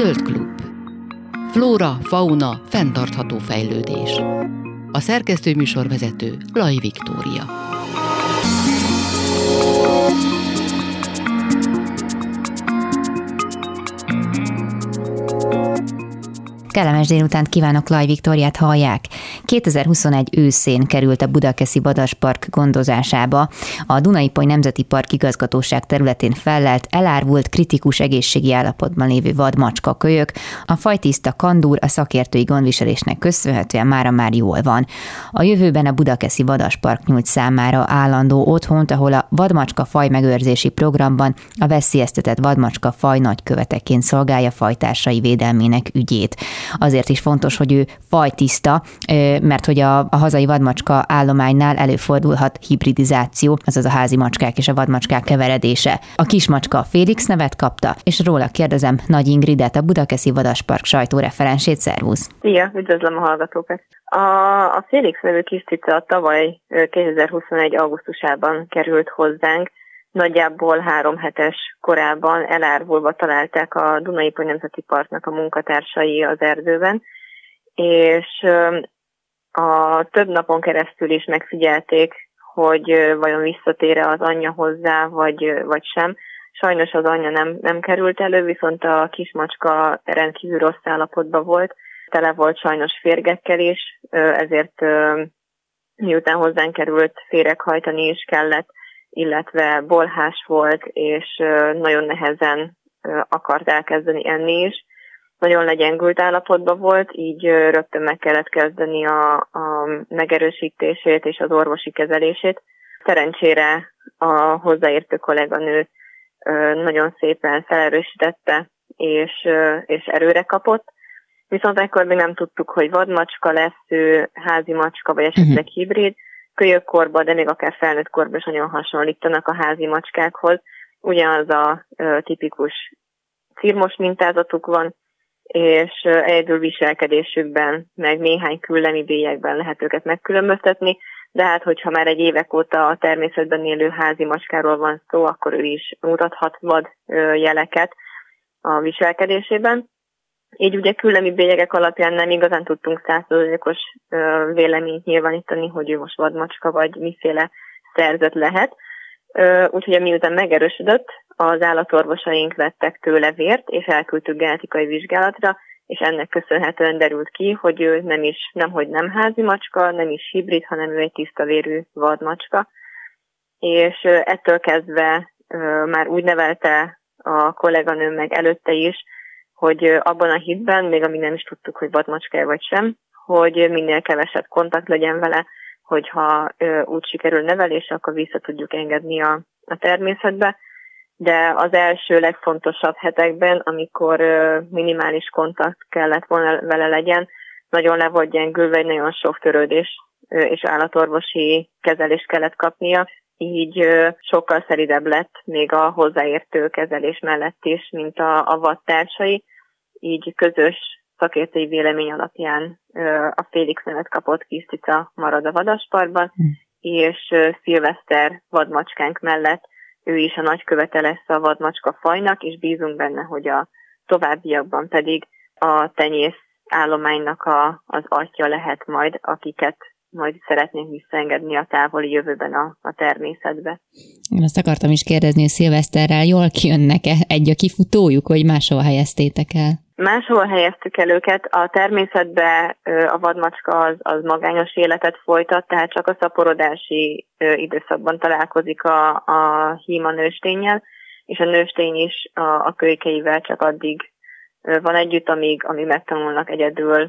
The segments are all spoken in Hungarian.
Zöld klub. Flóra, fauna, fenntartható fejlődés. A szerkesztőműsorvezető Laj Viktória. Kellemes délutánt kívánok, Laj Viktóriát hallják. 2021 őszén került a Budakeszi Vadaspark gondozásába. A Duna-Ipoly Nemzeti Park igazgatóság területén fellelt, elárvult, kritikus egészségi állapotban lévő vadmacska kölyök. A fajtiszta kandúr a szakértői gondviselésnek köszönhetően mára már jól van. A jövőben a Budakeszi Vadaspark nyújt számára állandó otthont, ahol a vadmacska fajmegőrzési programban a veszélyeztetett vadmacska faj nagyköveteként szolgálja fajtársai védelmének ügyét. Azért is fontos, hogy ő fajtiszta, mert hogy a hazai vadmacska állománynál előfordulhat hibridizáció, azaz a házi macskák és a vadmacskák keveredése. A kismacska Félix nevet kapta, és róla kérdezem Nagy Ingridet, a Budakeszi Vadaspark sajtóreferensét. Szervusz! Szia, üdvözlöm a hallgatókat! A Félix nevű kis cica tavaly 2021. augusztusában került hozzánk. Nagyjából 3 hetes korában elárvulva találták a Duna-Ipoly Nemzeti Parknak a munkatársai az erdőben, és a több napon keresztül is megfigyelték, hogy vajon visszatér-e az anyja hozzá, vagy sem. Sajnos az anyja nem került elő, viszont a kismacska rendkívül rossz állapotban volt, tele volt sajnos férgekkel is, ezért miután hozzánk került, féreghajtani is kellett, illetve bolhás volt, és nagyon nehezen akart elkezdeni enni is. Nagyon legyengült állapotban volt, így rögtön meg kellett kezdeni a megerősítését és az orvosi kezelését. Szerencsére a hozzáértő kolléganő nagyon szépen felerősítette, és erőre kapott. Viszont ekkor még nem tudtuk, hogy vadmacska lesz ő, házi macska, vagy esetleg hibrid. Kölyökkorban, de még akár felnőtt korban is nagyon hasonlítanak a házi macskákhoz. Ugyanaz a tipikus cirmos mintázatuk van, és egyedül viselkedésükben, meg néhány küllemi bélyegben lehet őket megkülönböztetni, de hát, hogyha már egy évek óta a természetben élő házi macskáról van szó, akkor ő is mutathat vad jeleket a viselkedésében. Így ugye küllemi bélyegek alapján nem igazán tudtunk 100%-os véleményt nyilvánítani, hogy ő most vadmacska vagy miféle szerzet lehet. Úgyhogy miután megerősödött, az állatorvosaink vettek tőle vért, és elküldtük genetikai vizsgálatra, és ennek köszönhetően derült ki, hogy ő nemhogy nem házi macska, nem is hibrid, hanem ő egy tiszta vérű vadmacska. És ettől kezdve már úgy nevelte a kolléganőm meg előtte is, hogy abban a hitben, még amíg nem is tudtuk, hogy vadmacska vagy sem, hogy minél kevesebb kontakt legyen vele, hogyha úgy sikerül nevelésre, akkor vissza tudjuk engedni a természetbe. De az első legfontosabb hetekben, amikor minimális kontakt kellett volna vele legyen, nagyon le volt gyengülve, egy nagyon sok törődés és állatorvosi kezelést kellett kapnia, így sokkal szeridebb lett még a hozzáértő kezelés mellett is, mint a vadtársai. Így közös szakértői vélemény alapján a Félix nevet kapott kis cica marad a Vadasparkban, és szilveszter vadmacskánk mellett ő is a nagykövete lesz a vadmacska fajnak, és bízunk benne, hogy a továbbiakban pedig a tenyész állománynak az atya lehet majd, akiket majd szeretnénk visszaengedni a távoli jövőben a természetbe. Én azt akartam is kérdezni, hogy szilveszterrel jól kijönnek-e egy a kifutójuk, vagy máshol helyeztétek el? Máshol helyeztük el őket. A természetbe a vadmacska az magányos életet folytat, tehát csak a szaporodási időszakban találkozik a hím a nősténnyel, és a nőstény is a kölykeivel csak addig van együtt, amíg megtanulnak egyedül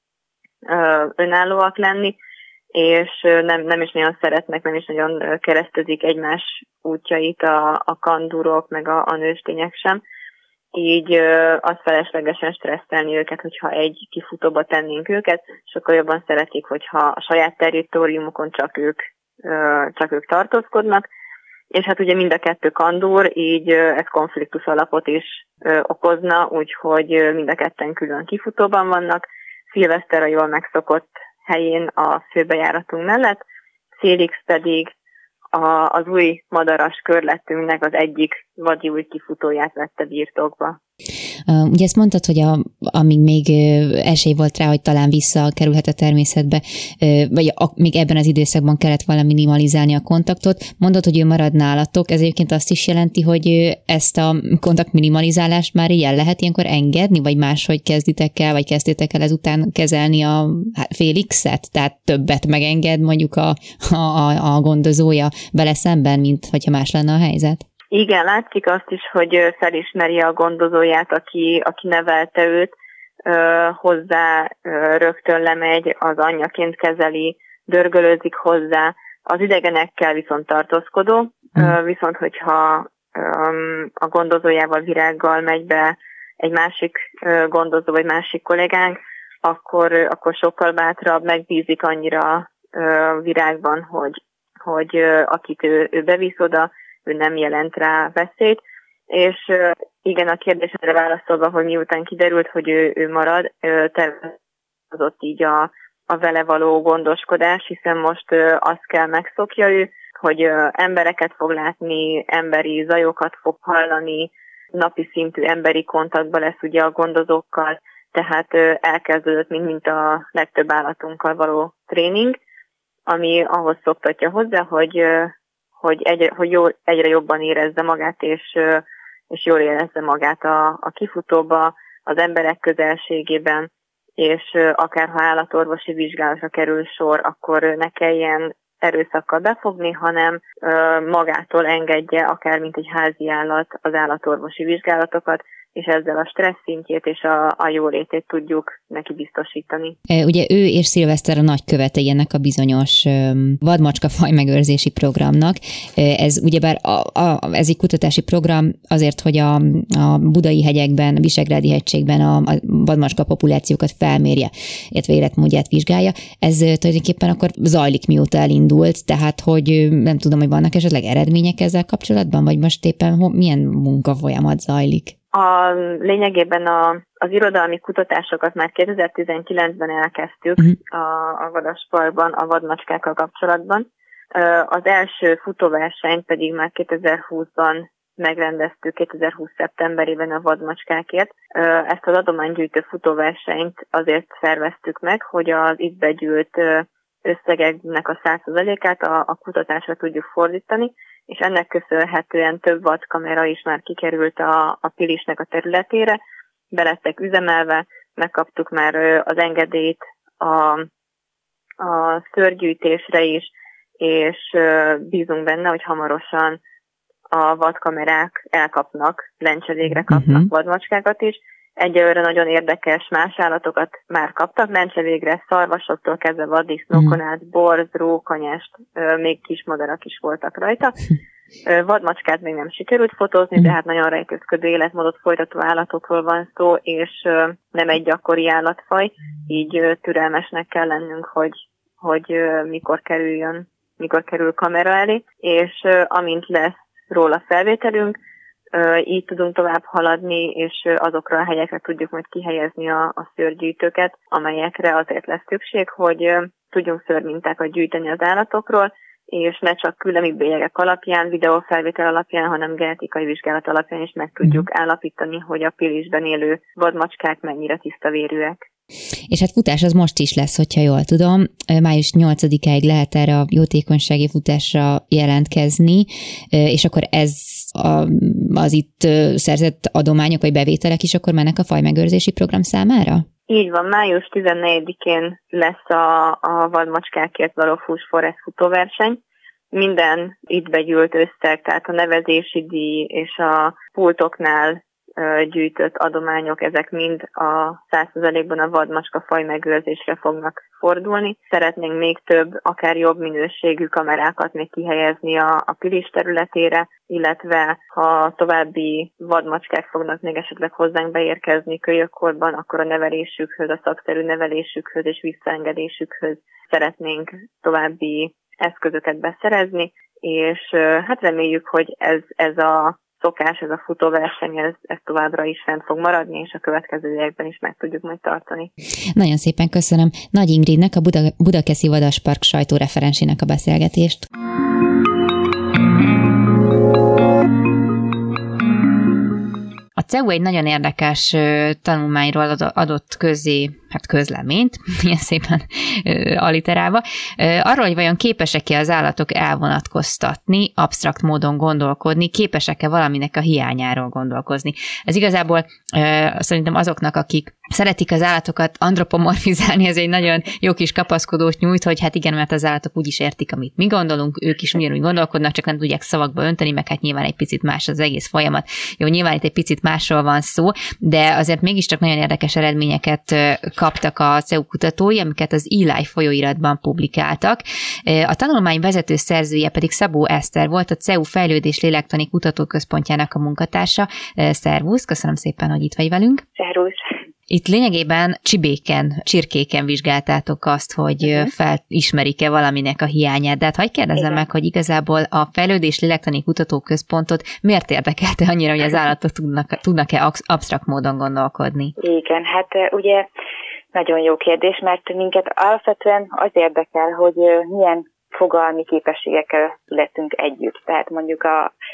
önállóak lenni, és nem is nagyon szeretnek, nem is nagyon keresztezik egymás útjait a kandúrok, meg a nőstények sem. Így az feleslegesen stresszelni őket, hogyha egy kifutóba tennénk őket, sokkal jobban szeretik, hogyha a saját territóriumokon csak ők tartózkodnak, és hát ugye mind a 2 kandúr, így ez konfliktus alapot is okozna, úgyhogy mind a 2 külön kifutóban vannak. Szilveszter a jól megszokott helyén a főbejáratunk mellett, Félix pedig az új madaras körletünknek az egyik vadi új kifutóját vette birtokba. Ugye ezt mondtad, hogy amíg még esély volt rá, hogy talán visszakerülhet a természetbe, vagy még ebben az időszakban kellett valami minimalizálni a kontaktot. Mondod, hogy ő marad nálatok, ez egyébként azt is jelenti, hogy ezt a kontakt minimalizálást már így el lehet ilyenkor engedni, vagy máshogy kezdtétek el ezután kezelni a Félixet? Tehát többet megenged mondjuk a gondozója vele szemben, mint hogyha más lenne a helyzet? Igen, látszik azt is, hogy felismeri a gondozóját, aki nevelte őt, hozzá rögtön lemegy, az anyjaként kezeli, dörgölőzik hozzá, az idegenekkel viszont tartózkodó, viszont hogyha a gondozójával, Virággal megy be egy másik gondozó vagy másik kollégánk, akkor sokkal bátrabb, megbízik annyira Virágban, hogy akit ő bevisz oda, ő nem jelent rá veszélyt. És igen, a kérdésre válaszolva, hogy miután kiderült, hogy ő marad, tervezott így a vele való gondoskodás, hiszen most azt kell megszokja ő, hogy embereket fog látni, emberi zajokat fog hallani, napi szintű emberi kontaktban lesz ugye a gondozókkal, tehát elkezdődött mint a legtöbb állatunkkal való tréning, ami ahhoz szoktatja hozzá, hogy egyre jobban érezze magát, és jól érezze magát a kifutóba, az emberek közelségében, és akár ha állatorvosi vizsgálatra kerül sor, akkor ne kelljen erőszakkal befogni, hanem magától engedje, akár mint egy házi állat az állatorvosi vizsgálatokat, és ezzel a stressz szintjét és a jólétét tudjuk neki biztosítani. Ugye ő és Szilveszter a nagykövetei ennek a bizonyos vadmacska fajmegőrzési programnak. Ez ugyebár ez egy kutatási program azért, hogy a Budai hegyekben, a Visegrádi hegységben a vadmacska populációkat felmérje, illetve életmódját vizsgálja. Ez tulajdonképpen akkor zajlik, mióta elindult, tehát hogy nem tudom, hogy vannak esetleg eredmények ezzel kapcsolatban, vagy most éppen milyen munkafolyamat zajlik? Lényegében az irodalmi kutatásokat már 2019-ben elkezdtük a Vadasparkban, a vadmacskákkal kapcsolatban. Az első futóversenyt pedig már 2020-ban megrendeztük, 2020. szeptemberében a vadmacskákért. Ezt az adománygyűjtő futóversenyt azért szerveztük meg, hogy az itt begyűlt összegeknek a 100%-át a kutatásra tudjuk fordítani, és ennek köszönhetően több vadkamera is már kikerült a Pilisnek a területére, be lettek üzemelve, megkaptuk már az engedélyt a szőrgyűjtésre is, és bízunk benne, hogy hamarosan a vadkamerák elkapnak, lencselégre kapnak vadmacskákat is. Egyelőre nagyon érdekes más állatokat már kaptak lencsevégre, szarvasoktól kezdve vaddisznókonát, borz, rókanyest, még kismadarak is voltak rajta. Vadmacskát még nem sikerült fotózni, de hát nagyon rejtőzködő életmódot folytató állatokról van szó, és nem egy gyakori állatfaj, így türelmesnek kell lennünk, hogy mikor kerül kamera elé, és amint lesz róla felvételünk, így tudunk tovább haladni, és azokra a helyekre tudjuk majd kihelyezni a szőrgyűjtőket, amelyekre azért lesz szükség, hogy tudjunk szőrmintákat gyűjteni az állatokról, és ne csak küllemik bélyegek alapján, videófelvétel alapján, hanem genetikai vizsgálat alapján is meg tudjuk állapítani, hogy a Pilisben élő vadmacskák mennyire tisztavérűek. És hát futás az most is lesz, hogyha jól tudom. Május 8-áig lehet erre a jótékonysági futásra jelentkezni, és akkor ez az itt szerzett adományok vagy bevételek is akkor mennek a fajmegőrzési program számára? Így van, május 14-én lesz a vadmacskákért való Fuss Forest futóverseny. Minden itt begyűlt összeg, tehát a nevezési díj és a pultoknál gyűjtött adományok, ezek mind a 100%-ban a vadmacska fajmegőrzésre fognak fordulni. Szeretnénk még több, akár jobb minőségű kamerákat még kihelyezni a Pilis területére, illetve ha további vadmacskák fognak még esetleg hozzánk beérkezni kölyökkorban, akkor a nevelésükhöz, a szakszerű nevelésükhöz és visszaengedésükhöz szeretnénk további eszközöket beszerezni, és hát reméljük, hogy ez a szokás, ez a futóverseny, ez továbbra is fent fog maradni, és a következő években is meg tudjuk majd tartani. Nagyon szépen köszönöm Nagy Ingridnek, a Budakeszi Vadaspark sajtóreferensének a beszélgetést. A CEU egy nagyon érdekes tanulmányról adott közzé, közleményt, ilyen szépen alliterálva, arról, hogy vajon képesek-e az állatok elvonatkoztatni, absztrakt módon gondolkodni, képesek-e valaminek a hiányáról gondolkozni. Ez igazából szerintem azoknak, akik szeretik az állatokat antropomorfizálni, ez egy nagyon jó kis kapaszkodót nyújt, hogy hát igen, mert az állatok úgy is értik, amit mi gondolunk, ők is ugyanúgy gondolkodnak, csak nem tudják szavakba önteni, meg hát nyilván egy picit más az egész folyamat. Jó, nyilván itt egy picit másról van szó, de azért mégiscsak nagyon érdekes eredményeket kaptak a CEU kutatói, amiket az eLife folyóiratban publikáltak. A tanulmány vezető szerzője pedig Szabó Eszter volt, a CEU Fejlődés Lélektani Kutatóközpontjának a munkatársa. Szervusz, köszönöm szépen, hogy itt vagy velünk. Szervusz. Itt lényegében csirkéken vizsgáltátok azt, hogy felismerik-e valaminek a hiányát. De hát hagyj kérdezzem meg, hogy igazából a Fejlődés Lélektani Kutatóközpontot miért érdekelte annyira, hogy az állatok tudnak-e absztrakt módon gondolkodni? Igen, hát ugye nagyon jó kérdés, mert minket alapvetően az érdekel, hogy milyen fogalmi képességekkel születünk együtt. Tehát mondjuk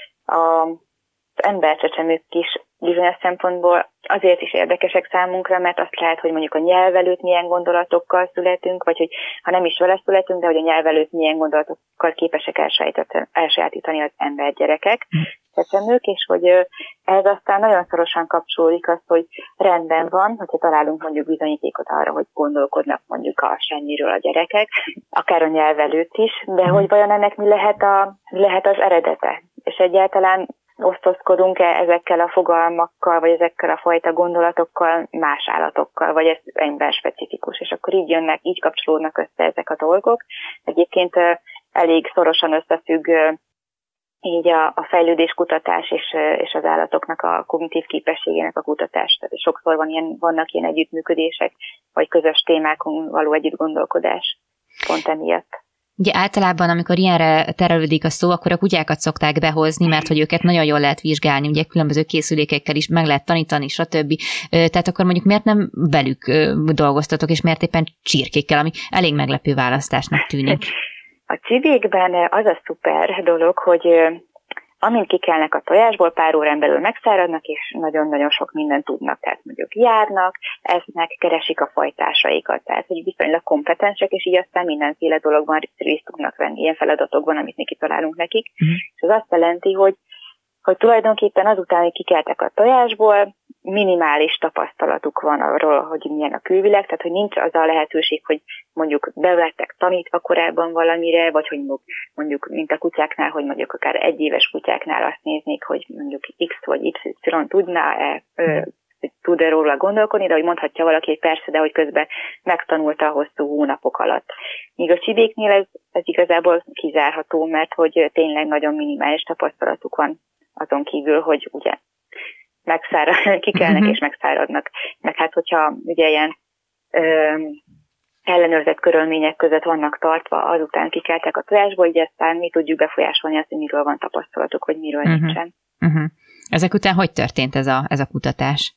az embercsecsemők is bizonyos szempontból azért is érdekesek számunkra, mert azt lehet, hogy mondjuk a nyelv előtt milyen gondolatokkal születünk, vagy hogy ha nem is vele születünk, de hogy a nyelv előtt milyen gondolatokkal képesek elsajátítani az embergyerekek, csecsemők, és hogy ez aztán nagyon szorosan kapcsolódik az, hogy rendben van, hogyha találunk mondjuk bizonyítékot arra, hogy gondolkodnak mondjuk a semmiről a gyerekek, akár a nyelv előtt is, de hogy vajon ennek mi lehet az eredete, és egyáltalán osztozkodunk-e ezekkel a fogalmakkal, vagy ezekkel a fajta gondolatokkal más állatokkal, vagy ez ember specifikus, és akkor így kapcsolódnak össze ezek a dolgok. Egyébként elég szorosan összefügg így a fejlődéskutatás és az állatoknak a kognitív képességének a kutatás. Tehát sokszor vannak ilyen együttműködések, vagy közös témákon való együttgondolkodás pont emiatt. Ugye általában, amikor ilyenre terelődik a szó, akkor a kutyákat szokták behozni, mert hogy őket nagyon jól lehet vizsgálni, ugye különböző készülékekkel is meg lehet tanítani, stb. Tehát akkor mondjuk miért nem velük dolgoztatok, és miért éppen csirkékkel, ami elég meglepő választásnak tűnik? A csibékben az a szuper dolog, hogy amint kikelnek a tojásból, pár órán belül megszáradnak, és nagyon-nagyon sok mindent tudnak. Tehát mondjuk járnak, esznek, keresik a fajtásaikat. Tehát, hogy viszonylag kompetensek, és így aztán mindenféle dologban részt tudnak venni, ilyen feladatokban, amit mi kitalálunk nekik. És az azt jelenti, hogy tulajdonképpen azután, hogy kikeltek a tojásból, minimális tapasztalatuk van arról, hogy milyen a külvilág, tehát hogy nincs az a lehetőség, hogy mondjuk belettek tanítva korábban valamire, vagy hogy mondjuk mint a kutyáknál, hogy mondjuk akár egyéves kutyáknál azt néznék, hogy mondjuk X vagy Y tudná-e, tud-e róla gondolkodni, de hogy mondhatja valaki, hogy persze, de hogy közben megtanulta a hosszú hónapok alatt. Míg a csibéknél ez igazából kizárható, mert hogy tényleg nagyon minimális tapasztalatuk van azon kívül, hogy ugye kikelnek és megszáradnak. Meg hát, hogyha ugye ilyen ellenőrzett körülmények között vannak tartva, azután kikeltek a tojásból, így aztán mi tudjuk befolyásolni azt, hogy miről van tapasztalatuk, hogy miről nincsen. Ezek után hogy történt ez a kutatás?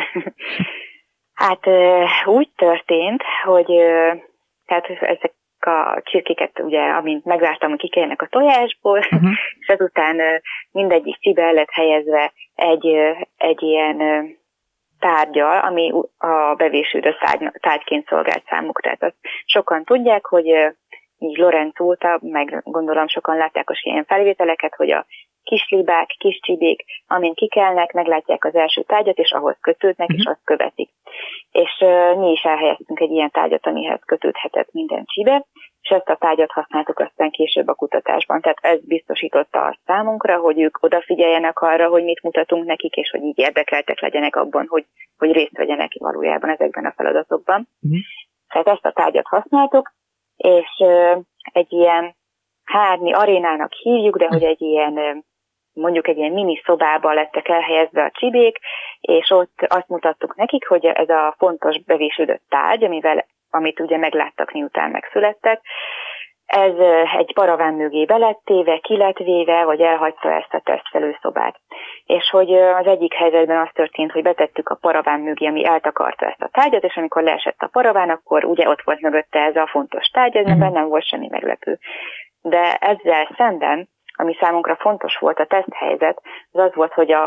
Hát úgy történt, hogy tehát ezek a csirkéket, ugye, amint megvártam, hogy kikeljenek a tojásból, és ezután mindegyik csibe lett helyezve egy ilyen tárgyal, ami a bevésődött tárgyként szolgált számukra. Tehát azt sokan tudják, hogy így Lorenz óta, meg gondolom sokan látják a ilyen felvételeket, hogy a kis libák, kis csibék, amint kikelnek, meglátják az első tárgyat, és ahhoz kötődnek, és azt követik. És mi is elhelyeztünk egy ilyen tárgyat, amihez kötődhetett minden csibe, és ezt a tárgyat használtuk aztán később a kutatásban. Tehát ez biztosította azt számunkra, hogy ők odafigyeljenek arra, hogy mit mutatunk nekik, és hogy így érdekeltek legyenek abban, hogy részt vegyenek valójában ezekben a feladatokban. Tehát ezt a tárgyat használtuk, és egy ilyen mi arénának hívjuk, de hogy egy ilyen mondjuk egy ilyen mini szobába lettek elhelyezve a csibék, és ott azt mutattuk nekik, hogy ez a fontos bevésődött tárgy, amit ugye megláttak, miután megszülettek, ez egy paraván mögé belettéve, ki lett véve, vagy elhagyta ezt a tesztfelőszobát. És hogy az egyik helyzetben az történt, hogy betettük a paraván mögé, ami eltakarta ezt a tárgyat, és amikor leesett a paraván, akkor ugye ott volt mögötte ez a fontos tárgy, ez nem volt semmi meglepő. De ezzel szemben, ami számunkra fontos volt a teszthelyzet, az volt, hogy a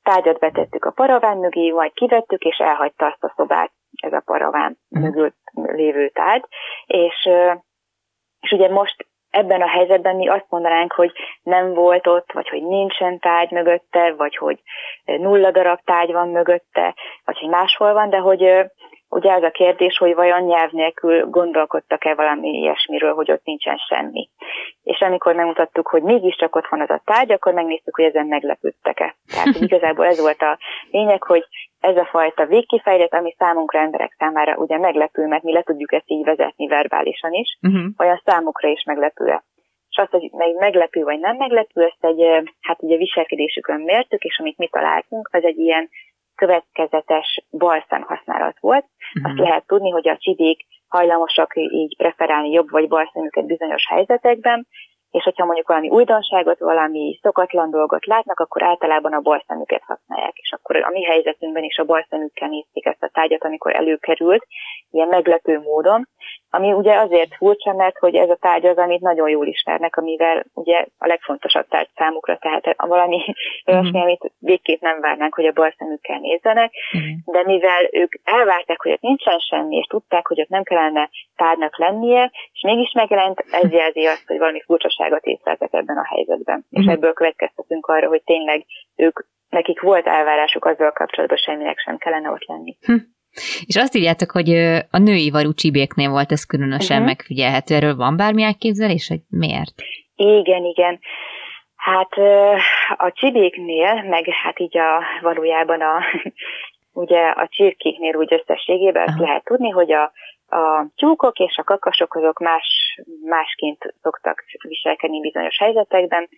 tárgyat betettük a paraván mögé, majd kivettük, és elhagyta azt a szobát ez a paraván mögött lévő tárgy, és ugye most ebben a helyzetben mi azt mondanánk, hogy nem volt ott, vagy hogy nincsen tárgy mögötte, vagy hogy 0 darab tárgy van mögötte, vagy hogy máshol van, de hogy ugye az a kérdés, hogy vajon nyelv nélkül gondolkodtak-e valami ilyesmiről, hogy ott nincsen semmi. És amikor megmutattuk, hogy mégiscsak ott van az a tárgy, akkor megnéztük, hogy ezen meglepődtek-e. Tehát hogy igazából ez volt a lényeg, hogy ez a fajta végkifejlet, ami számunkra, emberek számára ugye meglepő, mert mi le tudjuk ezt így vezetni verbálisan is, olyan számukra is meglepő-e. És azt, hogy meglepő vagy nem meglepő, ezt hát ugye viselkedésükön mértük, és amit mi találtunk, az egy ilyen következetes balszem használat volt. Azt lehet tudni, hogy a csibék hajlamosak így preferálni jobb vagy bal szemüket bizonyos helyzetekben, és hogyha mondjuk valami újdonságot, valami szokatlan dolgot látnak, akkor általában a bal szemüket használják. És akkor a mi helyzetünkben is a bal szemükkel nézték ezt a tárgyat, amikor előkerült, ilyen meglepő módon, ami ugye azért furcsa, mert hogy ez a tárgy az, amit nagyon jól ismernek, amivel ugye a legfontosabb tárgy számukra, tehát valami olyasmi, amit végképp nem várnánk, hogy a bal szemükkel nézzenek, de mivel ők elvárták, hogy ott nincsen semmi, és tudták, hogy ott nem kellene tárgynak lennie, és mégis megjelent, ez jelzi azt, hogy valami furcsaságot észleltek ebben a helyzetben. És ebből következtetünk arra, hogy tényleg nekik volt elvárásuk azzal kapcsolatban, semminek sem kellene ott lenni. És azt írjátok, hogy a női varú csibéknél volt ez különösen megfigyelhető. Erről van bármi elképzelés, hogy miért? Igen. Hát a csibéknél, meg hát így valójában ugye a csirkéknél úgy összességében azt lehet tudni, hogy a tyúkok és a kakasok azok másként szoktak viselkedni bizonyos helyzetekben.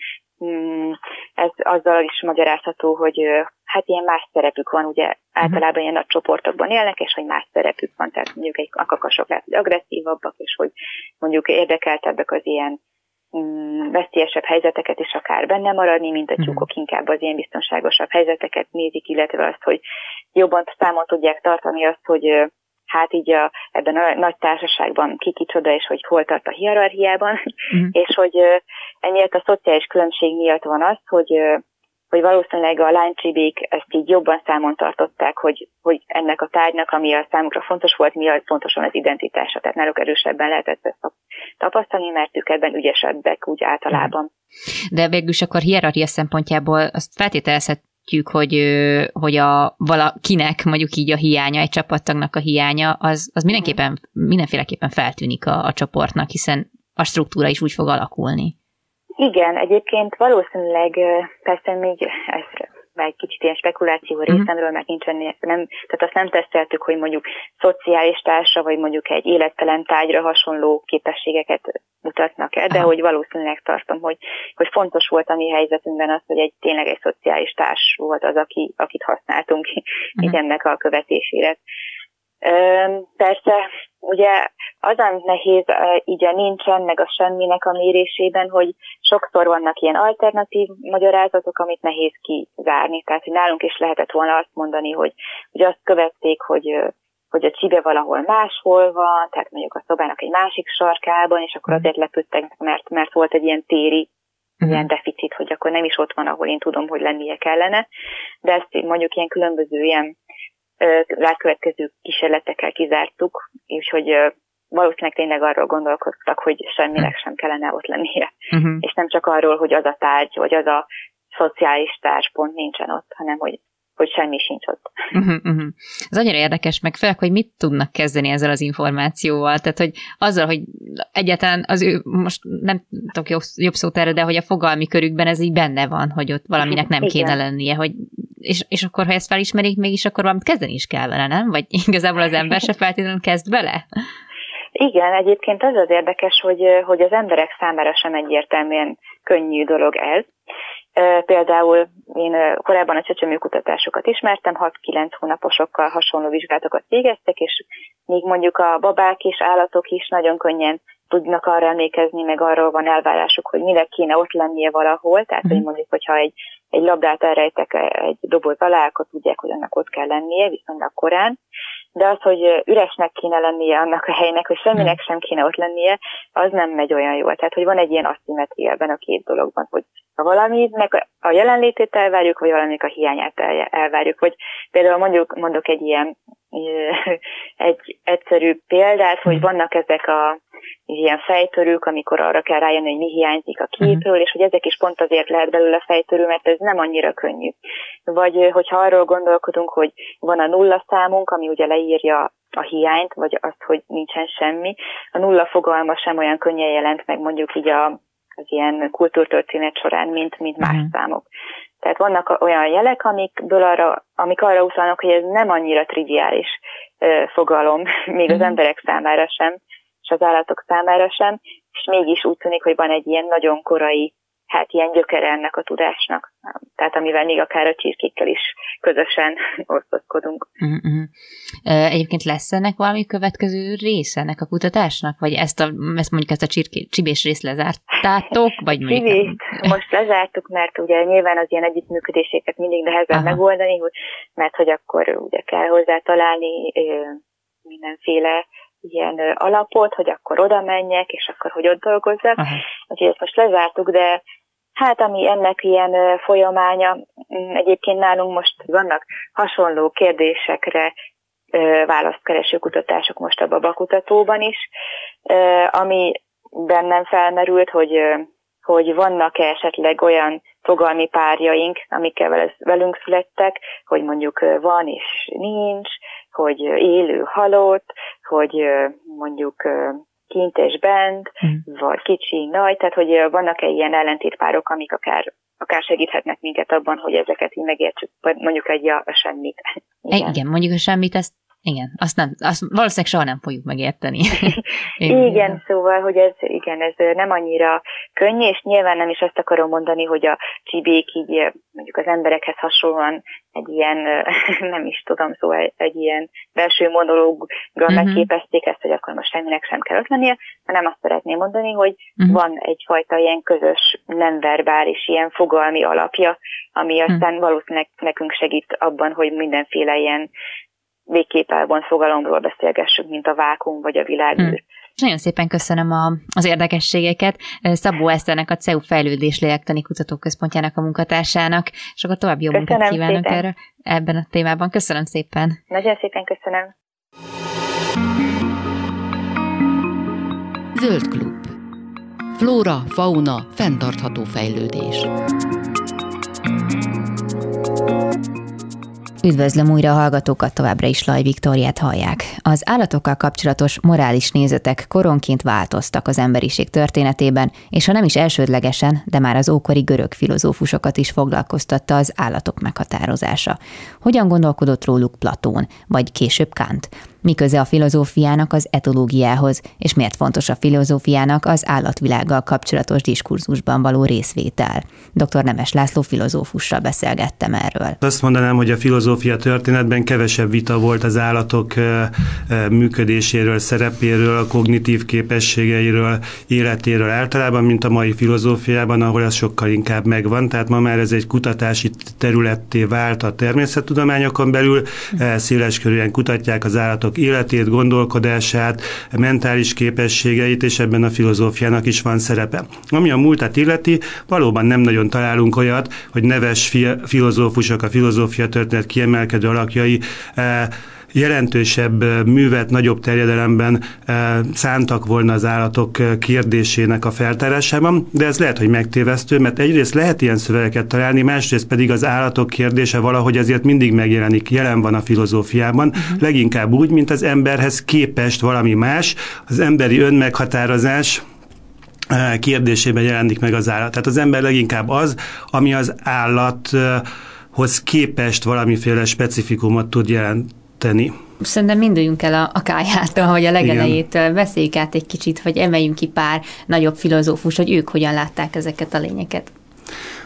Ez azzal is magyarázható, hogy hát ilyen más szerepük van, ugye általában ilyen nagy csoportokban élnek, és hogy más szerepük van, tehát mondjuk a kakasok lehet, hogy agresszívabbak, és hogy mondjuk érdekeltebbek az ilyen veszélyesebb helyzeteket is akár benne maradni, mint a tyúkok inkább az ilyen biztonságosabb helyzeteket nézik, illetve azt, hogy jobban számon tudják tartani azt, hogy hát így ebben a nagy társaságban ki kicsoda, és hogy hol tart a hierarchiában, és hogy emiatt a szociális különbség miatt van az, hogy valószínűleg a lánycsibék ezt így jobban számon tartották, hogy ennek a tárgynak, ami a számukra fontos volt, mi az pontosan az identitása. Tehát náluk erősebben lehetett ezt tapasztalni, mert ők ebben ügyesebbek úgy általában. De végülis akkor hierarchia szempontjából azt feltételezhetjük, hogy valakinek mondjuk így a hiánya, egy csapattagnak a hiánya, az mindenféleképpen feltűnik a csoportnak, hiszen a struktúra is úgy fog alakulni. Igen, egyébként valószínűleg persze még ez egy kicsit ilyen spekuláció részemről, mert tehát azt nem teszteltük, hogy mondjuk szociális társra, vagy mondjuk egy élettelen tárgyra hasonló képességeket mutatnak el, de hogy valószínűleg tartom, hogy fontos volt a mi helyzetünkben az, hogy tényleg egy szociális társ volt az, akit használtunk így ennek a követésére. Persze, ugye az a nehéz így a nincsen, meg a semminek a mérésében, hogy sokszor vannak ilyen alternatív magyarázatok, amit nehéz kizárni. Tehát, hogy nálunk is lehetett volna azt mondani, hogy azt követték, hogy a csibe valahol máshol van, tehát mondjuk a szobának egy másik sarkában, és akkor azért lepődtek, mert volt egy ilyen téri ilyen deficit, hogy akkor nem is ott van, ahol én tudom, hogy lennie kellene. De ezt mondjuk ilyen különböző ilyen rákövetkező kísérletekkel kizártuk, és hogy valószínűleg tényleg arról gondolkodtak, hogy semminek sem kellene ott lennie. És nem csak arról, hogy az a tárgy, vagy az a szociális tárgypont nincsen ott, hanem hogy semmi sincs ott. Ez annyira érdekes, meg főleg, hogy mit tudnak kezdeni ezzel az információval. Tehát, hogy azzal, hogy egyáltalán az ő, most nem tudok jobb szót erre, de hogy a fogalmi körükben ez így benne van, hogy ott valaminek nem kéne lennie, hogy és akkor, ha ezt felismerik, mégis akkor valamit kezdeni is kell vele, nem? Vagy igazából az ember se feltétlenül kezd bele? Igen, egyébként az érdekes, hogy az emberek számára sem egyértelműen könnyű dolog ez. Például én korábban a csecsemőkutatásokat ismertem, 6-9 hónaposokkal hasonló vizsgálatokat végeztek, és még mondjuk a babák és állatok is nagyon könnyen tudnak arra emlékezni, meg arról van elvárásuk, hogy minek kéne ott lennie valahol, tehát hogy mondjuk, hogyha egy labdát elrejtek egy doboz alá, akkor tudják, hogy annak ott kell lennie, viszonylag korán. De az, hogy üresnek kéne lennie annak a helynek, hogy semminek sem kéne ott lennie, az nem megy olyan jól. Tehát, hogy van egy ilyen aszimmetria ebben a két dologban, hogy Ha valaminek a jelenlétét elvárjuk, vagy valaminek a hiányát elvárjuk. Vagy például mondok egy egyszerű példát, hogy vannak ezek ilyen fejtörők, amikor arra kell rájönni, hogy mi hiányzik a képről, és hogy ezek is pont azért lehet belőle fejtörő, mert ez nem annyira könnyű. Vagy hogyha arról gondolkodunk, hogy van a nulla számunk, ami ugye leírja a hiányt, vagy azt, hogy nincsen semmi, a nulla fogalma sem olyan könnyen jelent meg mondjuk így az ilyen kultúrtörténet során, mint más számok. Tehát vannak olyan jelek, amik arra utalnak, hogy ez nem annyira triviális fogalom, még az emberek számára sem, és az állatok számára sem, és mégis úgy tűnik, hogy van egy ilyen nagyon korai, ilyen gyökere ennek a tudásnak. Tehát amivel még akár a csirkékkel is közösen osztozkodunk. Egyébként lesz ennek valami következő része ennek a kutatásnak? Vagy ezt mondjuk ezt a csibés részt lezártátok? Vagy Csibést most lezártuk, mert ugye nyilván az ilyen együttműködéseket mindig nehezebb megoldani, mert hogy akkor ugye kell hozzá találni mindenféle ilyen alapot, hogy akkor oda menjek, és akkor hogy ott dolgozzak. Úgyhogy ezt most lezártuk, de ami ennek ilyen folyamánya, egyébként nálunk most vannak hasonló kérdésekre választkereső kutatások most a babakutatóban is, ami bennem felmerült, hogy vannak-e esetleg olyan fogalmi párjaink, amikkel velünk születtek, hogy mondjuk van és nincs, hogy élő halott, hogy mondjuk kint és bent, vagy kicsi, nagy, tehát hogy vannak-e ilyen ellentétpárok, amik akár segíthetnek minket abban, hogy ezeket így megértsük, mondjuk a semmit. Igen, mondjuk a semmit, azt valószínűleg soha nem fogjuk megérteni. Igen, szóval, hogy ez nem annyira könnyű, és nyilván nem is azt akarom mondani, hogy a csibék így mondjuk az emberekhez hasonlóan egy ilyen, nem is tudom, szóval egy ilyen belső monológgal megképezték ezt, hogy akkor most semminek sem kell ott lennie, hanem azt szeretném mondani, hogy van egyfajta ilyen közös, nem verbális, ilyen fogalmi alapja, ami aztán valószínűleg nekünk segít abban, hogy mindenféle ilyen végképálban fogalomról beszélgessünk, mint a vákum vagy a világűr. Nagyon szépen köszönöm az érdekességeket Szabó Eszternek, a CEU Fejlődés Lélektani Kutatóközpontjának a munkatársának, és akkor további jó munkát kívánok ebben a témában. Köszönöm szépen. Nagyon szépen köszönöm. Zöld klub. Flóra, fauna, fenntartható fejlődés. Üdvözlöm újra a hallgatókat, továbbra is Laj Viktóriát hallják. Az állatokkal kapcsolatos morális nézetek koronként változtak az emberiség történetében, és ha nem is elsődlegesen, de már az ókori görög filozófusokat is foglalkoztatta az állatok meghatározása. Hogyan gondolkodott róluk Platón, vagy később Kant? Mi köze a filozófiának az etológiához, és miért fontos a filozófiának az állatvilággal kapcsolatos diskurzusban való részvétel? Dr. Nemes László filozófussal beszélgettem erről. Azt mondanám, hogy a filozófia történetben kevesebb vita volt az állatok működéséről, szerepéről, a kognitív képességeiről, életéről általában, mint a mai filozófiában, ahol ez sokkal inkább megvan. Tehát ma már ez egy kutatási területté vált a természettudományokon belül, széleskörűen kutatják az állatok életét, gondolkodását, mentális képességeit, és ebben a filozófiának is van szerepe. Ami a múltat illeti, valóban nem nagyon találunk olyat, hogy neves filozófusok, a filozófia történet kiemelkedő alakjai jelentősebb művet, nagyobb terjedelemben szántak volna az állatok kérdésének a feltárásában, de ez lehet, hogy megtévesztő, mert egyrészt lehet ilyen szövegeket találni, másrészt pedig az állatok kérdése valahogy azért mindig megjelenik, jelen van a filozófiában, leginkább úgy, mint az emberhez képest valami más, az emberi önmeghatározás kérdésében jelenik meg az állat. Tehát az ember leginkább az, ami az állathoz képest valamiféle specifikumot tud jelenteni. Szerintem induljunk el a kájától, hogy a legelejétől beszéljük át egy kicsit, vagy emeljünk ki pár nagyobb filozófus, hogy ők hogyan látták ezeket a lényeket.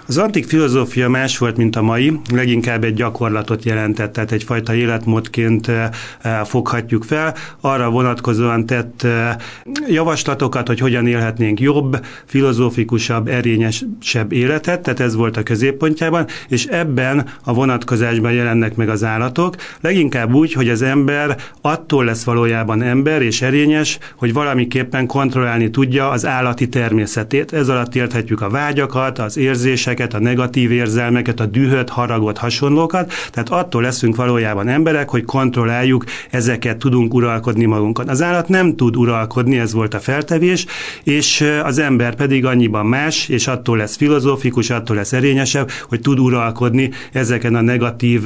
Az antik filozófia más volt, mint a mai, leginkább egy gyakorlatot jelentett, tehát egyfajta életmódként foghatjuk fel. Arra vonatkozóan tett javaslatokat, hogy hogyan élhetnénk jobb, filozófikusabb, erényesebb életet, tehát ez volt a középpontjában, és ebben a vonatkozásban jelennek meg az állatok, leginkább úgy, hogy az ember attól lesz valójában ember és erényes, hogy valamiképpen kontrollálni tudja az állati természetét. Ez alatt érthetjük a vágyakat, az érzéseket, a negatív érzelmeket, a dühöt, haragot, hasonlókat, tehát attól leszünk valójában emberek, hogy kontrolláljuk ezeket, tudunk uralkodni magunkon. Az állat nem tud uralkodni, ez volt a feltevés, és az ember pedig annyiban más, és attól lesz filozófikus, attól lesz erényesebb, hogy tud uralkodni ezeken a negatív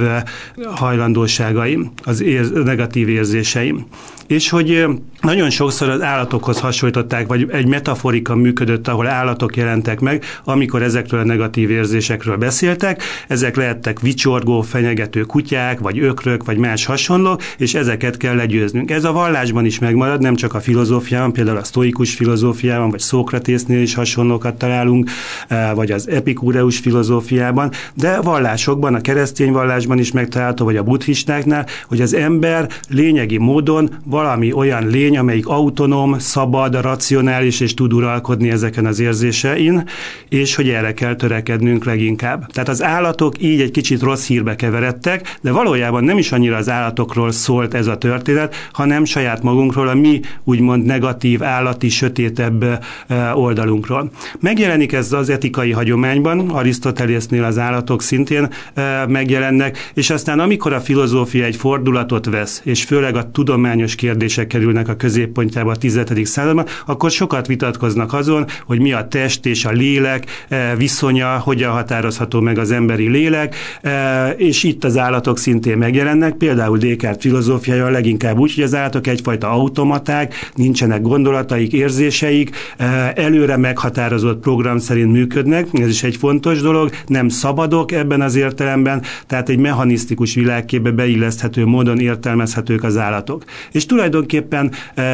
hajlandóságaim, negatív érzéseim. És hogy nagyon sokszor az állatokhoz hasonlították, vagy egy metaforika működött, ahol állatok jelentek meg, amikor ezekről a negatív érzésekről beszéltek. Ezek lehettek vicsorgó, fenyegető kutyák, vagy ökrök, vagy más hasonlók, és ezeket kell legyőznünk. Ez a vallásban is megmarad, nem csak a filozófiában, például a sztoikus filozófiában, vagy Szókratésznél is hasonlókat találunk, vagy az epikúreus filozófiában, de vallásokban, a keresztény vallásban is megtalálható, vagy a buddhistáknál, hogy az ember lényegi módon valami olyan lény, amelyik autonóm, szabad, racionális, és tud uralkodni ezeken az érzésein, és hogy erre kell törekednünk leginkább. Tehát az állatok így egy kicsit rossz hírbe keveredtek, de valójában nem is annyira az állatokról szólt ez a történet, hanem saját magunkról, a mi úgymond negatív, állati, sötétebb oldalunkról. Megjelenik ez az etikai hagyományban, Arisztotelésznél az állatok szintén megjelennek, és aztán amikor a filozófia egy fordulatot vesz, és főleg a tudományos kérdések kerülnek a középpontjába a 10. században, akkor sokat vitatkoznak azon, hogy mi a test és a lélek viszonya, hogyan határozható meg az emberi lélek, és itt az állatok szintén megjelennek, például Descartes filozófiája leginkább úgy, hogy az állatok egyfajta automaták, nincsenek gondolataik, érzéseik, előre meghatározott program szerint működnek, ez is egy fontos dolog, nem szabadok ebben az értelemben, tehát egy mechanisztikus világképbe beilleszthető módon értelmezhetők az állatok. És tulajdonképpen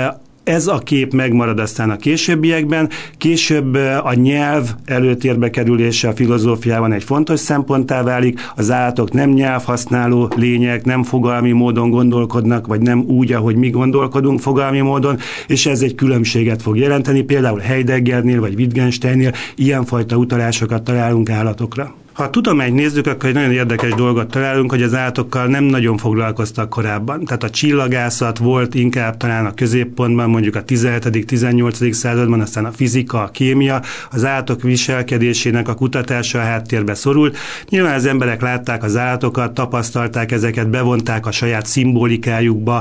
ez a kép megmarad aztán a későbbiekben. Később a nyelv előtérbe kerülése a filozófiában egy fontos szemponttá válik. Az állatok nem nyelvhasználó lények, nem fogalmi módon gondolkodnak, vagy nem úgy, ahogy mi gondolkodunk fogalmi módon, és ez egy különbséget fog jelenteni. Például Heideggernél vagy Wittgensteinnél ilyenfajta utalásokat találunk állatokra. Ha a tudományt nézzük, akkor egy nagyon érdekes dolgot találunk, hogy az állatokkal nem nagyon foglalkoztak korábban. Tehát a csillagászat volt inkább talán a középpontban, mondjuk a 17.-18. században, aztán a fizika, a kémia, az állatok viselkedésének a kutatása a háttérbe szorult. Nyilván az emberek látták az állatokat, tapasztalták ezeket, bevonták a saját szimbolikájukba,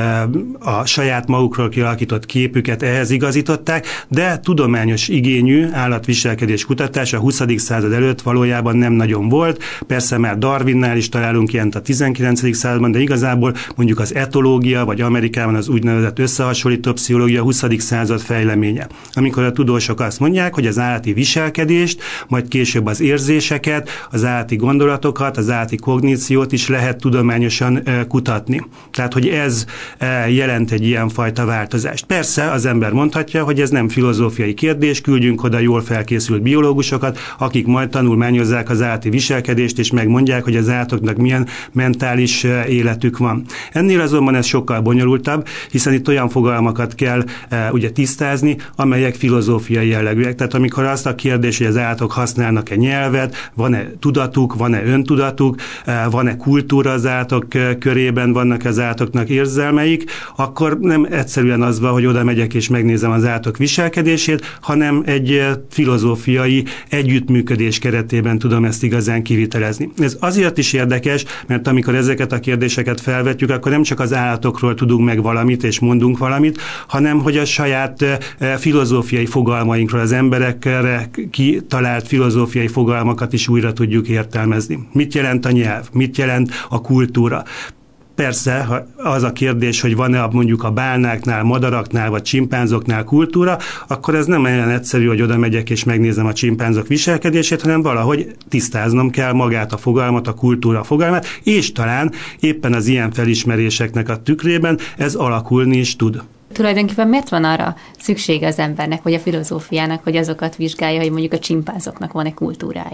a saját magukról kialakított képüket, ehhez igazították, de tudományos igényű állatviselkedés kutatás a 20. század előtt valójában nem nagyon volt. Persze már Darwinnál is találunk ilyent a 19. században, de igazából mondjuk az etológia, vagy Amerikában az úgynevezett összehasonlító pszichológia 20. század fejleménye. Amikor a tudósok azt mondják, hogy az állati viselkedést, majd később az érzéseket, az állati gondolatokat, az állati kogníciót is lehet tudományosan kutatni. Tehát, hogy ez jelent egy ilyenfajta változást. Persze az ember mondhatja, hogy ez nem filozófiai kérdés, küldjünk oda jól felkészült biológusokat, akik majd tanulmányozzák az állati viselkedést, és megmondják, hogy az állatoknak milyen mentális életük van. Ennél azonban ez sokkal bonyolultabb, hiszen itt olyan fogalmakat kell ugye tisztázni, amelyek filozófiai jellegűek. Tehát amikor azt a kérdés, hogy az állatok használnak-e nyelvet, van-e tudatuk, van-e öntudatuk, van-e kultúra az állatok körében, vannak az állatoknak érzelmeik, akkor nem egyszerűen az van, hogy oda megyek és megnézem az állatok viselkedését, hanem egy filozófiai együttműködés keretében tudom ezt igazán kivitelezni. Ez azért is érdekes, mert amikor ezeket a kérdéseket felvetjük, akkor nem csak az állatokról tudunk meg valamit és mondunk valamit, hanem hogy a saját filozófiai fogalmainkról, az emberekre kitalált filozófiai fogalmakat is újra tudjuk értelmezni. Mit jelent a nyelv? Mit jelent a kultúra? Persze, az a kérdés, hogy van-e mondjuk a bálnáknál, madaraknál vagy csimpánzoknál kultúra, akkor ez nem olyan egyszerű, hogy oda megyek és megnézem a csimpánzok viselkedését, hanem valahogy tisztáznom kell magát a fogalmat, a kultúra fogalmát, és talán éppen az ilyen felismeréseknek a tükrében ez alakulni is tud. Tulajdonképpen miért van arra szüksége az embernek, vagy a filozófiának, hogy azokat vizsgálja, hogy mondjuk a csimpánzoknak van-e kultúrája?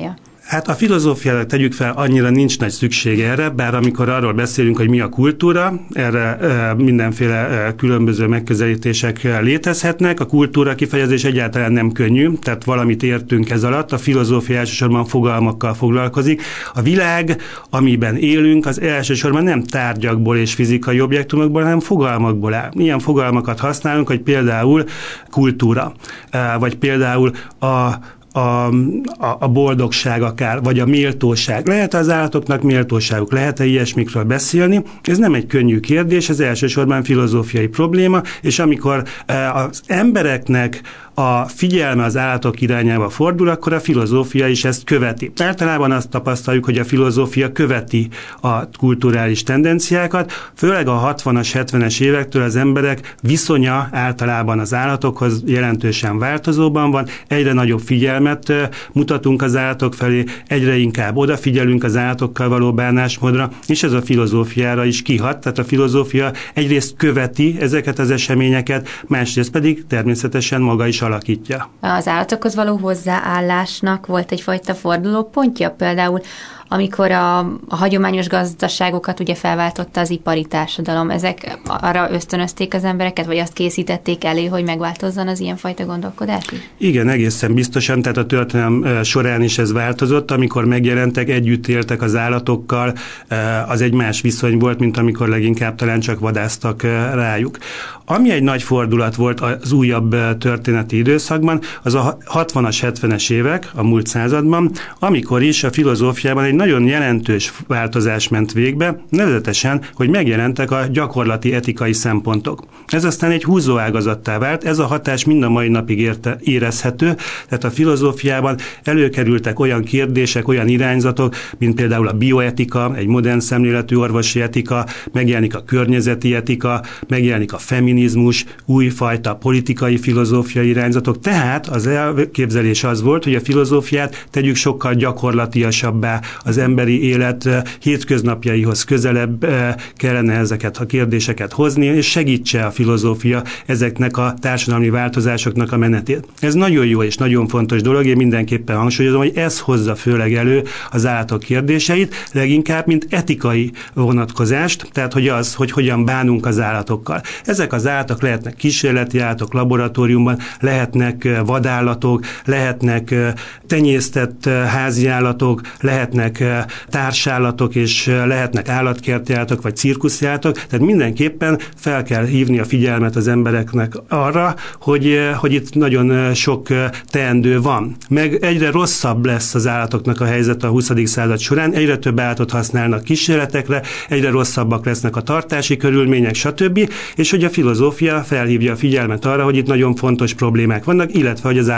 Hát a filozófiának tegyük fel, annyira nincs nagy szükség erre, bár amikor arról beszélünk, hogy mi a kultúra, erre mindenféle különböző megközelítések létezhetnek. A kultúra kifejezés egyáltalán nem könnyű, tehát valamit értünk ez alatt. A filozófia elsősorban fogalmakkal foglalkozik. A világ, amiben élünk, az elsősorban nem tárgyakból és fizikai objektumokból, hanem fogalmakból áll. Ilyen fogalmakat használunk, hogy például kultúra, vagy például a boldogság akár, vagy a méltóság. Lehet az állatoknak méltóságuk? Lehet-e ilyesmikről beszélni? Ez nem egy könnyű kérdés, ez elsősorban filozófiai probléma, és amikor az embereknek a figyelme az állatok irányába fordul, akkor a filozófia is ezt követi. Általában azt tapasztaljuk, hogy a filozófia követi a kulturális tendenciákat, főleg a 60-as, 70-es évektől az emberek viszonya általában az állatokhoz jelentősen változóban van, egyre nagyobb figyelmet mutatunk az állatok felé, egyre inkább odafigyelünk az állatokkal való bánásmódra, és ez a filozófiára is kihat, tehát a filozófia egyrészt követi ezeket az eseményeket, másrészt pedig természetesen maga is alakítja. Az állatokhoz való hozzáállásnak volt egyfajta fordulópontja, például amikor a hagyományos gazdaságokat ugye felváltotta az ipari társadalom. Ezek arra ösztönözték az embereket, vagy azt készítették elő, hogy megváltozzon az ilyenfajta gondolkodás is? Igen, egészen biztosan, tehát a történelem során is ez változott. Amikor megjelentek, együtt éltek az állatokkal, az egy más viszony volt, mint amikor leginkább talán csak vadásztak rájuk. Ami egy nagy fordulat volt az újabb történeti időszakban, az a 60-as, 70-es évek, a múlt században, amikor is a filozófiában egy nagyon jelentős változás ment végbe, nevezetesen, hogy megjelentek a gyakorlati etikai szempontok. Ez aztán egy húzóágazattá vált, ez a hatás mind a mai napig érezhető, tehát a filozófiában előkerültek olyan kérdések, olyan irányzatok, mint például a bioetika, egy modern szemléletű orvosi etika, megjelenik a környezeti etika, megjelenik a feminizmus, újfajta politikai filozófiai irányzatok, tehát az elképzelés az volt, hogy a filozófiát tegyük sokkal gyakorlatiasabbá, az emberi élet hétköznapjaihoz közelebb kellene ezeket a kérdéseket hozni, és segítse a filozófia ezeknek a társadalmi változásoknak a menetét. Ez nagyon jó és nagyon fontos dolog, én mindenképpen hangsúlyozom, hogy ez hozza főleg elő az állatok kérdéseit, leginkább, mint etikai vonatkozást, tehát hogy hogyan bánunk az állatokkal. Ezek az állatok lehetnek kísérleti állatok laboratóriumban, lehetnek vadállatok, lehetnek tenyésztett házi állatok, lehetnek társállatok, és lehetnek állatkerti állatok, vagy cirkuszi állatok, tehát mindenképpen fel kell hívni a figyelmet az embereknek arra, hogy itt nagyon sok teendő van. Meg egyre rosszabb lesz az állatoknak a helyzet a 20. század során, egyre több állatot használnak kísérletekre, egyre rosszabbak lesznek a tartási körülmények, stb., és hogy a filozófia felhívja a figyelmet arra, hogy itt nagyon fontos problémák vannak, illetve hogy az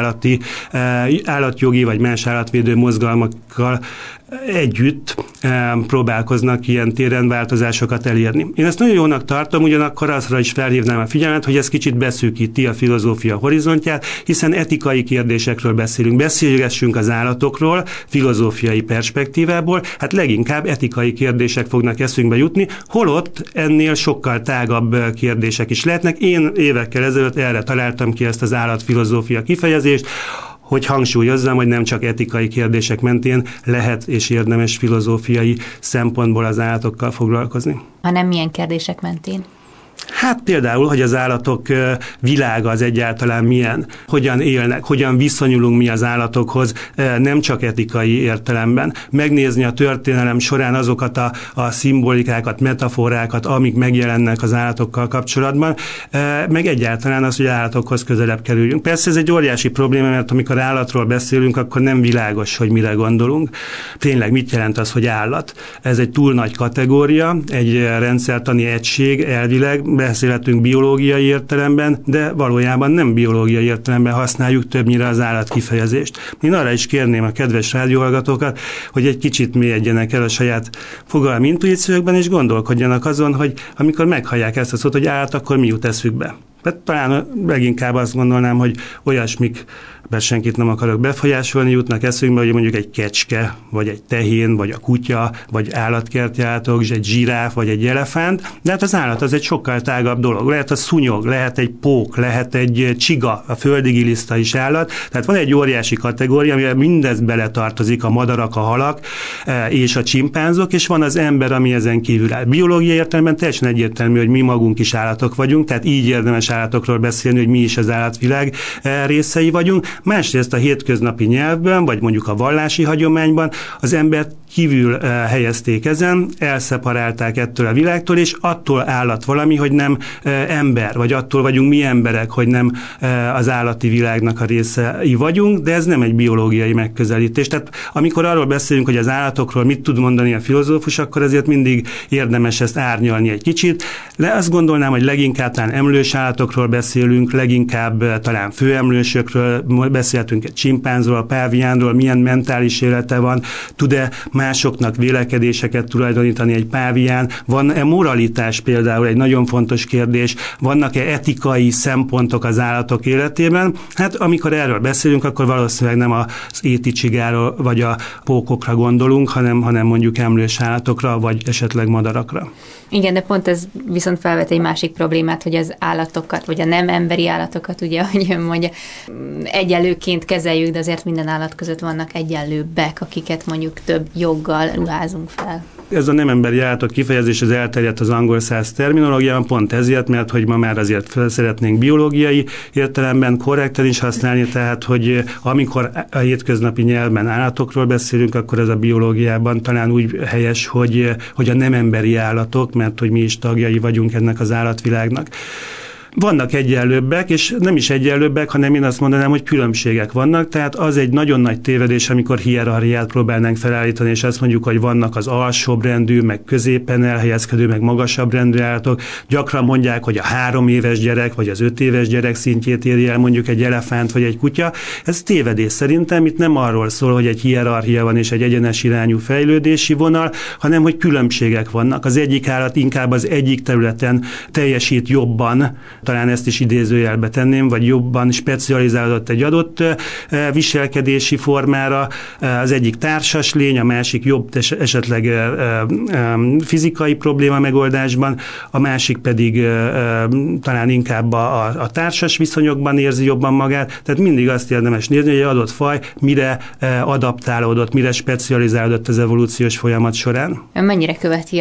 állatjogi vagy más állatvédő mozgalmakkal együtt próbálkoznak ilyen téren változásokat elérni. Én ezt nagyon jónak tartom, ugyanakkor azra is felhívnám a figyelmet, hogy ez kicsit beszűkíti a filozófia horizontját, hiszen etikai kérdésekről beszélünk. Beszélgessünk az állatokról, filozófiai perspektívából, hát leginkább etikai kérdések fognak eszünkbe jutni, holott ennél sokkal tágabb kérdések is lehetnek. Én évekkel ezelőtt erre találtam ki ezt az állatfilozófia kifejezést, hogy hangsúlyozzam, hogy nem csak etikai kérdések mentén lehet és érdemes filozófiai szempontból az állatokkal foglalkozni. Hanem milyen kérdések mentén? Hát például, hogy az állatok világa az egyáltalán milyen, hogyan élnek, hogyan viszonyulunk mi az állatokhoz, nem csak etikai értelemben. Megnézni a történelem során azokat a szimbolikákat, metaforákat, amik megjelennek az állatokkal kapcsolatban, meg egyáltalán az, hogy állatokhoz közelebb kerüljünk. Persze ez egy óriási probléma, mert amikor állatról beszélünk, akkor nem világos, hogy mire gondolunk. Tényleg mit jelent az, hogy állat? Ez egy túl nagy kategória, egy rendszertani egység elvileg, beszélhetünk biológiai értelemben, de valójában nem biológiai értelemben használjuk többnyire az állat kifejezést. Én arra is kérném a kedves rádióhallgatókat, hogy egy kicsit mélyedjenek el a saját fogalmi intuíciókban, és gondolkodjanak azon, hogy amikor meghallják ezt a szót, hogy állat, akkor mi jut eszükbe. Talán leginkább azt gondolnám, hogy olyasmik bár senkit nem akarok befolyásolni, jutnak eszünkbe, hogy mondjuk egy kecske, vagy egy tehén, vagy a kutya, vagy állatkerti állatok, egy zsiráf, vagy egy elefánt, de hát az állat az egy sokkal tágabb dolog. Lehet a szúnyog, lehet egy pók, lehet egy csiga, a földi giliszta is állat. Tehát van egy óriási kategória, amivel mindez beletartozik, a madarak, a halak és a csimpánzok, és van az ember, ami ezen kívül áll. Biológiai értelemben teljesen egyértelmű, hogy mi magunk is állatok vagyunk, tehát így érdemes állatokról beszélni, hogy mi is az állatvilág részei vagyunk. Másrészt a hétköznapi nyelvben, vagy mondjuk a vallási hagyományban az embert kívül helyezték ezen, elszeparálták ettől a világtól, és attól állat valami, hogy nem ember, vagy attól vagyunk mi emberek, hogy nem az állati világnak a részei vagyunk, de ez nem egy biológiai megközelítés. Tehát amikor arról beszélünk, hogy az állatokról mit tud mondani a filozófus, akkor ezért mindig érdemes ezt árnyalni egy kicsit. Azt gondolnám, hogy leginkább talán emlős állatokról beszélünk, leginkább talán főemlősökről, beszéltünk egy csimpánzról, a páviánról, milyen mentális élete van, tud-e másoknak vélekedéseket tulajdonítani egy pávián, van-e moralitás például, egy nagyon fontos kérdés, vannak-e etikai szempontok az állatok életében? Hát amikor erről beszélünk, akkor valószínűleg nem az éticsigáról vagy a pókokra gondolunk, hanem mondjuk emlős állatokra, vagy esetleg madarakra. Igen, de pont ez viszont felvet egy másik problémát, hogy az állatokat, vagy a nem emberi állatokat, ugye, ahogy ön mondja, egyenlőként kezeljük, de azért minden állat között vannak egyenlőbbek, akiket mondjuk több joggal ruházunk fel. Ez a nem emberi állatok kifejezés, ez elterjedt az angol száz terminológiában, pont ezért, mert hogy ma már azért szeretnénk biológiai értelemben korrekten is használni, tehát hogy amikor a hétköznapi nyelvben állatokról beszélünk, akkor ez a biológiában talán úgy helyes, hogy a nem emberi állatok, mert hogy mi is tagjai vagyunk ennek az állatvilágnak. Vannak egyenlőbbek, és nem is egyenlőbbek, hanem én azt mondanám, hogy különbségek vannak, tehát az egy nagyon nagy tévedés, amikor hierarchiát próbálnánk felállítani, és azt mondjuk, hogy vannak az alsóbb rendű, meg középen elhelyezkedő, meg magasabb rendű állatok. Gyakran mondják, hogy a 3 éves gyerek, vagy az 5 éves gyerek szintjét éri el mondjuk egy elefánt, vagy egy kutya. Ez tévedés szerintem, itt nem arról szól, hogy egy hierarchia van, és egy egyenes irányú fejlődési vonal, hanem hogy különbségek vannak. Az egyik állat inkább az egyik területen teljesít jobban, talán ezt is idézőjelbe tenném, vagy jobban specializálódott egy adott viselkedési formára. Az egyik társas lény, a másik jobb esetleg fizikai probléma megoldásban, a másik pedig talán inkább a társas viszonyokban érzi jobban magát. Tehát mindig azt érdemes nézni, hogy egy adott faj mire adaptálódott, mire specializálódott az evolúciós folyamat során. Mennyire követi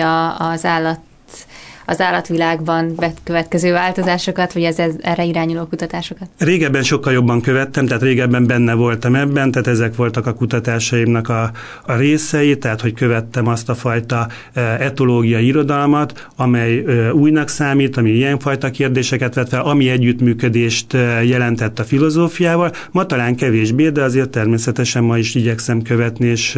az állatvilágban következő változásokat, vagy az erre irányuló kutatásokat? Régebben sokkal jobban követtem, tehát régebben benne voltam ebben, tehát ezek voltak a kutatásaimnak a részei, tehát hogy követtem azt a fajta etológiai irodalmat, amely újnak számít, ami ilyenfajta kérdéseket vett fel, ami együttműködést jelentett a filozófiával. Ma talán kevésbé, de azért természetesen ma is igyekszem követni és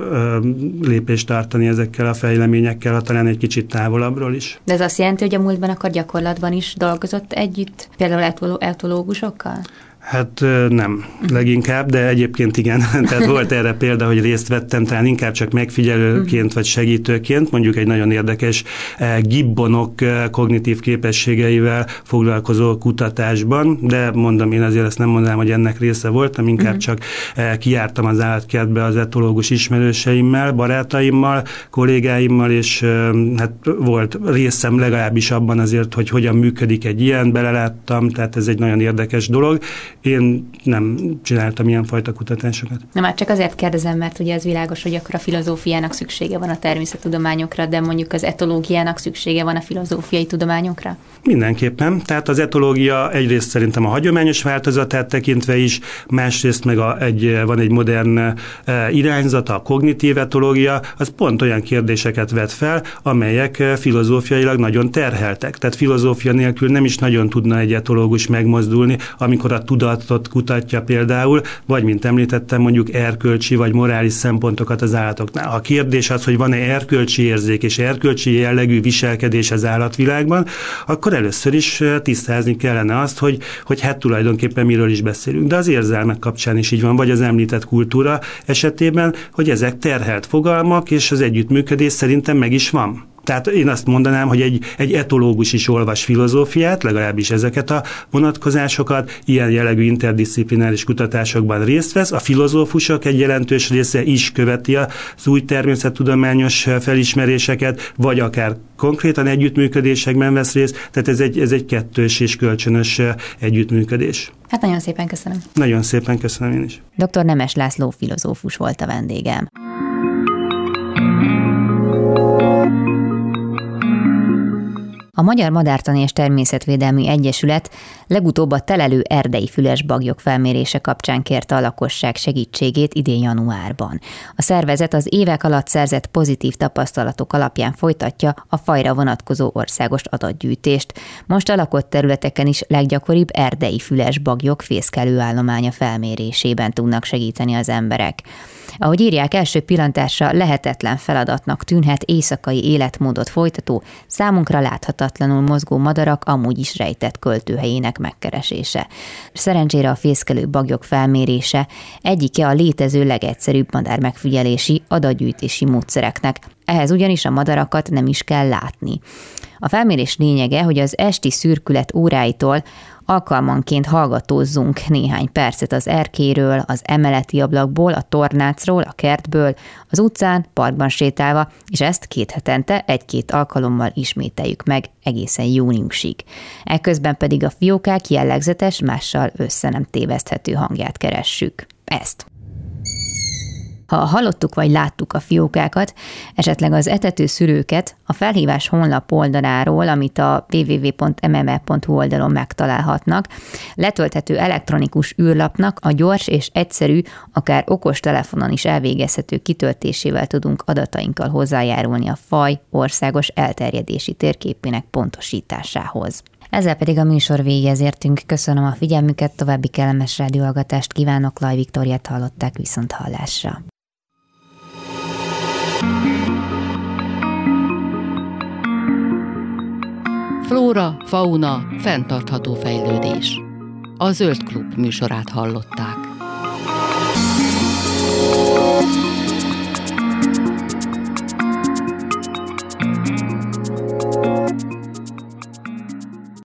lépést tartani ezekkel a fejleményekkel, talán egy kicsit távolabbról is. De ez azt jelenti, hogy a múltban akkor gyakorlatban is dolgozott együtt, például etológusokkal? Hát nem, leginkább, de egyébként igen. Tehát volt erre példa, hogy részt vettem, talán inkább csak megfigyelőként vagy segítőként, mondjuk egy nagyon érdekes gibbonok kognitív képességeivel foglalkozó kutatásban, de mondom, én azért ezt nem mondanám, hogy ennek része voltam, inkább csak kijártam az állatkertbe az etológus ismerőseimmel, barátaimmal, kollégáimmal, és hát volt részem legalábbis abban azért, hogy hogyan működik egy ilyen, beleláttam, tehát ez egy nagyon érdekes dolog. Én nem csináltam ilyenfajta kutatásokat. Na már csak azért kérdezem, mert ugye ez világos, hogy akkor a filozófiának szüksége van a természettudományokra, de mondjuk az etológiának szüksége van a filozófiai tudományokra? Mindenképpen. Tehát az etológia egyrészt szerintem a hagyományos változatát tekintve is, másrészt meg van egy modern irányzata, a kognitív etológia, az pont olyan kérdéseket vet fel, amelyek filozófiailag nagyon terheltek. Tehát filozófia nélkül nem is nagyon tudna egy etológus megmozdulni, amikor a tudatot kutatja például, vagy mint említettem, mondjuk erkölcsi vagy morális szempontokat az állatoknál. A kérdés az, hogy van-e erkölcsi érzék és erkölcsi jellegű viselkedés az állatvilágban, akkor először is tisztázni kellene azt, hogy hát tulajdonképpen miről is beszélünk. De az érzelmek kapcsán is így van, vagy az említett kultúra esetében, hogy ezek terhelt fogalmak, és az együttműködés szerintem meg is van. Tehát én azt mondanám, hogy egy etológus is olvas filozófiát, legalábbis ezeket a vonatkozásokat, ilyen jellegű interdisziplináris kutatásokban részt vesz, a filozófusok egy jelentős része is követi az új természettudományos felismeréseket, vagy akár konkrétan együttműködésekben vesz részt, tehát ez egy kettős és kölcsönös együttműködés. Hát nagyon szépen köszönöm. Nagyon szépen köszönöm én is. Dr. Nemes László filozófus volt a vendégem. A Magyar Madártani és Természetvédelmi Egyesület legutóbb a telelő erdei fülesbagyok felmérése kapcsán kérte a lakosság segítségét idén januárban. A szervezet az évek alatt szerzett pozitív tapasztalatok alapján folytatja a fajra vonatkozó országos adatgyűjtést. Most a lakott területeken is leggyakoribb erdei fülesbagyok fészkelő állománya felmérésében tudnak segíteni az emberek. Ahogy írják, első pillantásra lehetetlen feladatnak tűnhet éjszakai életmódot folytató, számunkra láthatatlanul mozgó madarak amúgy is rejtett költőhelyének megkeresése. Szerencsére a fészkelő bagyok felmérése egyike a létező legegyszerűbb madármegfigyelési, adatgyűjtési módszereknek. Ehhez ugyanis a madarakat nem is kell látni. A felmérés lényege, hogy az esti szürkület óráitól alkalmanként hallgatózzunk néhány percet az erkéről, az emeleti ablakból, a tornácról, a kertből, az utcán, parkban sétálva, és ezt 2 hetente 1-2 alkalommal ismételjük meg egészen júniusig. Ekközben pedig a fiókák jellegzetes, mással össze nem téveszthető hangját keressük. Ezt. Ha hallottuk vagy láttuk a fiókákat, esetleg az etető szülőket, a felhívás honlap oldaláról, amit a www.mme.hu oldalon megtalálhatnak, letölthető elektronikus űrlapnak a gyors és egyszerű, akár okos telefonon is elvégezhető kitöltésével tudunk adatainkkal hozzájárulni a faj országos elterjedési térképének pontosításához. Ezzel pedig a műsor végéhez értünk. Köszönöm a figyelmüket, további kellemes rádióhallgatást kívánok, Laj Viktóriát hallották, viszont hallásra. Flóra, fauna, fenntartható fejlődés. A Zöld Klub műsorát hallották.